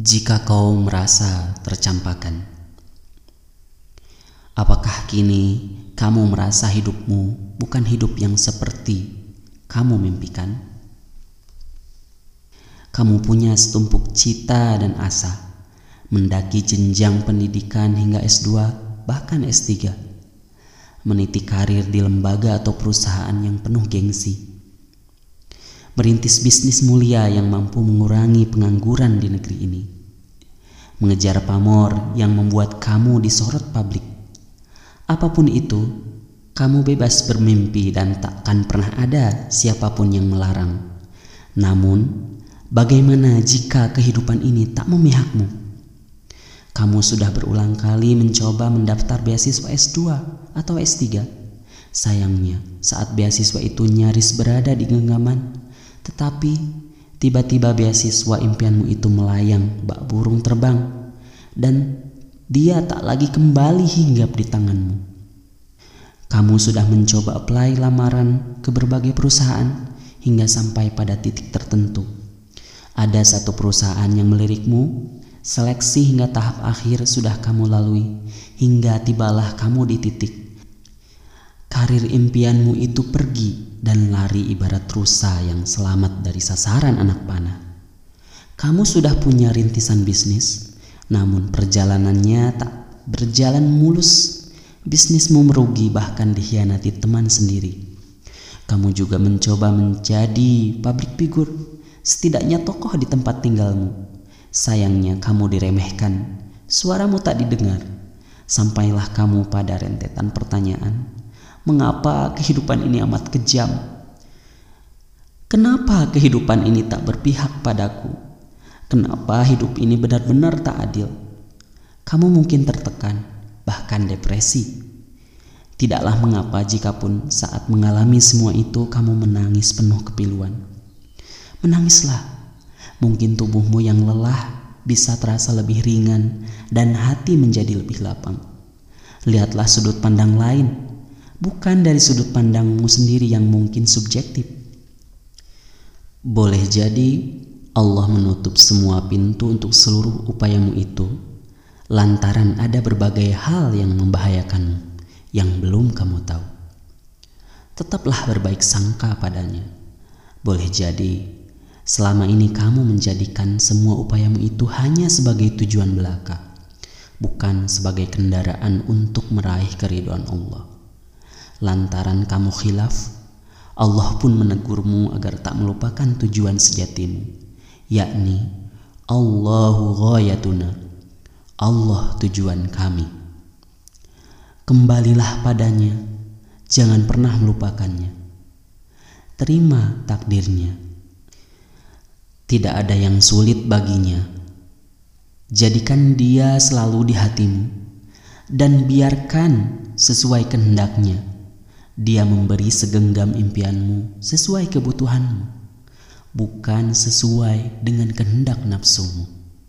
Jika kau merasa tercampakkan, apakah kini kamu merasa hidupmu bukan hidup yang seperti kamu mimpikan? Kamu punya setumpuk cita dan asa, mendaki jenjang pendidikan hingga S2, bahkan S3, meniti karir di lembaga atau perusahaan yang penuh gengsi, merintis bisnis mulia yang mampu mengurangi pengangguran di negeri ini, mengejar pamor yang membuat kamu disorot publik. Apapun itu, kamu bebas bermimpi dan takkan pernah ada siapapun yang melarang. Namun, bagaimana jika kehidupan ini tak memihakmu? Kamu sudah berulang kali mencoba mendaftar beasiswa S2 atau S3. Sayangnya, saat beasiswa itu nyaris berada di genggaman, tetapi tiba-tiba beasiswa impianmu itu melayang bak burung terbang dan dia tak lagi kembali hinggap di tanganmu. Kamu sudah mencoba apply lamaran ke berbagai perusahaan hingga sampai pada titik tertentu. Ada satu perusahaan yang melirikmu, seleksi hingga tahap akhir sudah kamu lalui, hingga tibalah kamu di titik. Karir impianmu itu pergi dan lari ibarat rusa yang selamat dari sasaran anak panah. Kamu sudah punya rintisan bisnis, namun perjalanannya tak berjalan mulus. Bisnismu merugi, bahkan dikhianati teman sendiri. Kamu juga mencoba menjadi public figure, setidaknya tokoh di tempat tinggalmu. Sayangnya kamu diremehkan, suaramu tak didengar. Sampailah kamu pada rentetan pertanyaan. Mengapa kehidupan ini amat kejam? Kenapa kehidupan ini tak berpihak padaku? Kenapa hidup ini benar-benar tak adil? Kamu mungkin tertekan, bahkan depresi. Tidaklah mengapa jikapun saat mengalami semua itu kamu menangis penuh kepiluan. Menangislah, mungkin tubuhmu yang lelah bisa terasa lebih ringan dan hati menjadi lebih lapang. Lihatlah sudut pandang lain, bukan dari sudut pandangmu sendiri yang mungkin subjektif. Boleh jadi Allah menutup semua pintu untuk seluruh upayamu itu lantaran ada berbagai hal yang membahayakanmu yang belum kamu tahu. Tetaplah berbaik sangka padanya. Boleh jadi selama ini kamu menjadikan semua upayamu itu hanya sebagai tujuan belaka, bukan sebagai kendaraan untuk meraih keridhaan Allah. Lantaran kamu khilaf, Allah pun menegurmu agar tak melupakan tujuan sejatimu, yakni Allahu ghayatuna, Allah tujuan kami. Kembalilah padanya, jangan pernah melupakannya. Terima takdirnya. Tidak ada yang sulit baginya. Jadikan dia selalu di hatimu dan biarkan sesuai kehendaknya. Dia memberi segenggam impianmu sesuai kebutuhanmu, bukan sesuai dengan kehendak nafsumu.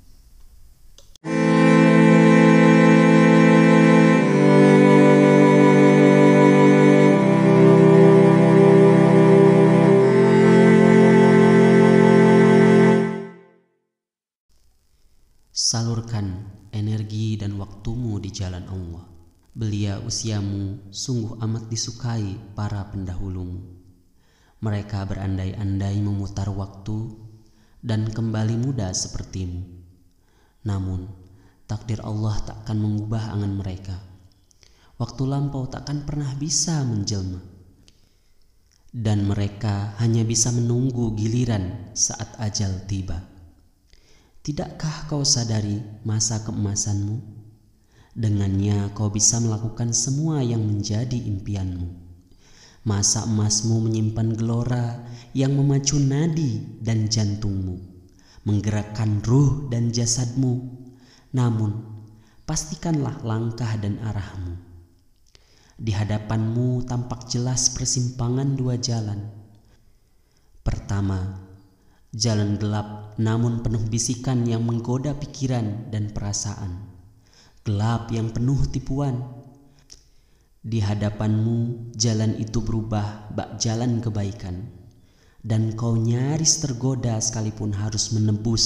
Salurkan energi dan waktumu di jalan Allah. Belia usiamu sungguh amat disukai para pendahulumu. Mereka berandai-andai memutar waktu dan kembali muda sepertimu. Namun, takdir Allah takkan mengubah angan mereka. Waktu lampau takkan pernah bisa menjelma. Dan mereka hanya bisa menunggu giliran saat ajal tiba. Tidakkah kau sadari masa keemasanmu? Dengannya kau bisa melakukan semua yang menjadi impianmu. Masa emasmu menyimpan gelora yang memacu nadi dan jantungmu, menggerakkan ruh dan jasadmu. Namun, pastikanlah langkah dan arahmu. Di hadapanmu tampak jelas persimpangan dua jalan. Pertama, jalan gelap namun penuh bisikan yang menggoda pikiran dan perasaan. Gelap yang penuh tipuan. Di hadapanmu jalan itu berubah bak jalan kebaikan, dan kau nyaris tergoda sekalipun harus menebus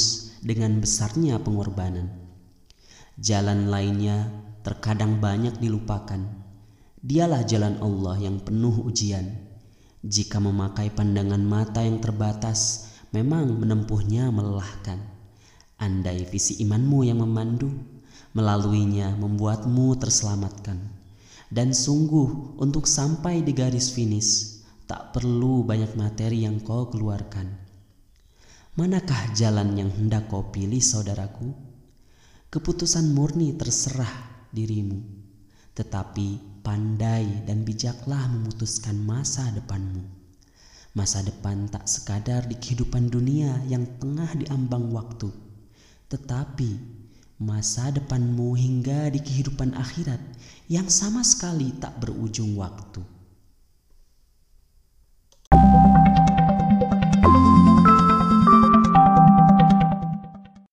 dengan besarnya pengorbanan. Jalan lainnya terkadang banyak dilupakan. Dialah jalan Allah yang penuh ujian. Jika memakai pandangan mata yang terbatas, memang menempuhnya melelahkan. Andai visi imanmu yang memandu, melaluinya membuatmu terselamatkan. Dan sungguh untuk sampai di garis finish, tak perlu banyak materi yang kau keluarkan. Manakah jalan yang hendak kau pilih, saudaraku? Keputusan murni terserah dirimu, tetapi pandai dan bijaklah memutuskan masa depanmu. Masa depan tak sekadar di kehidupan dunia yang tengah diambang waktu, tetapi masa depanmu hingga di kehidupan akhirat yang sama sekali tak berujung waktu.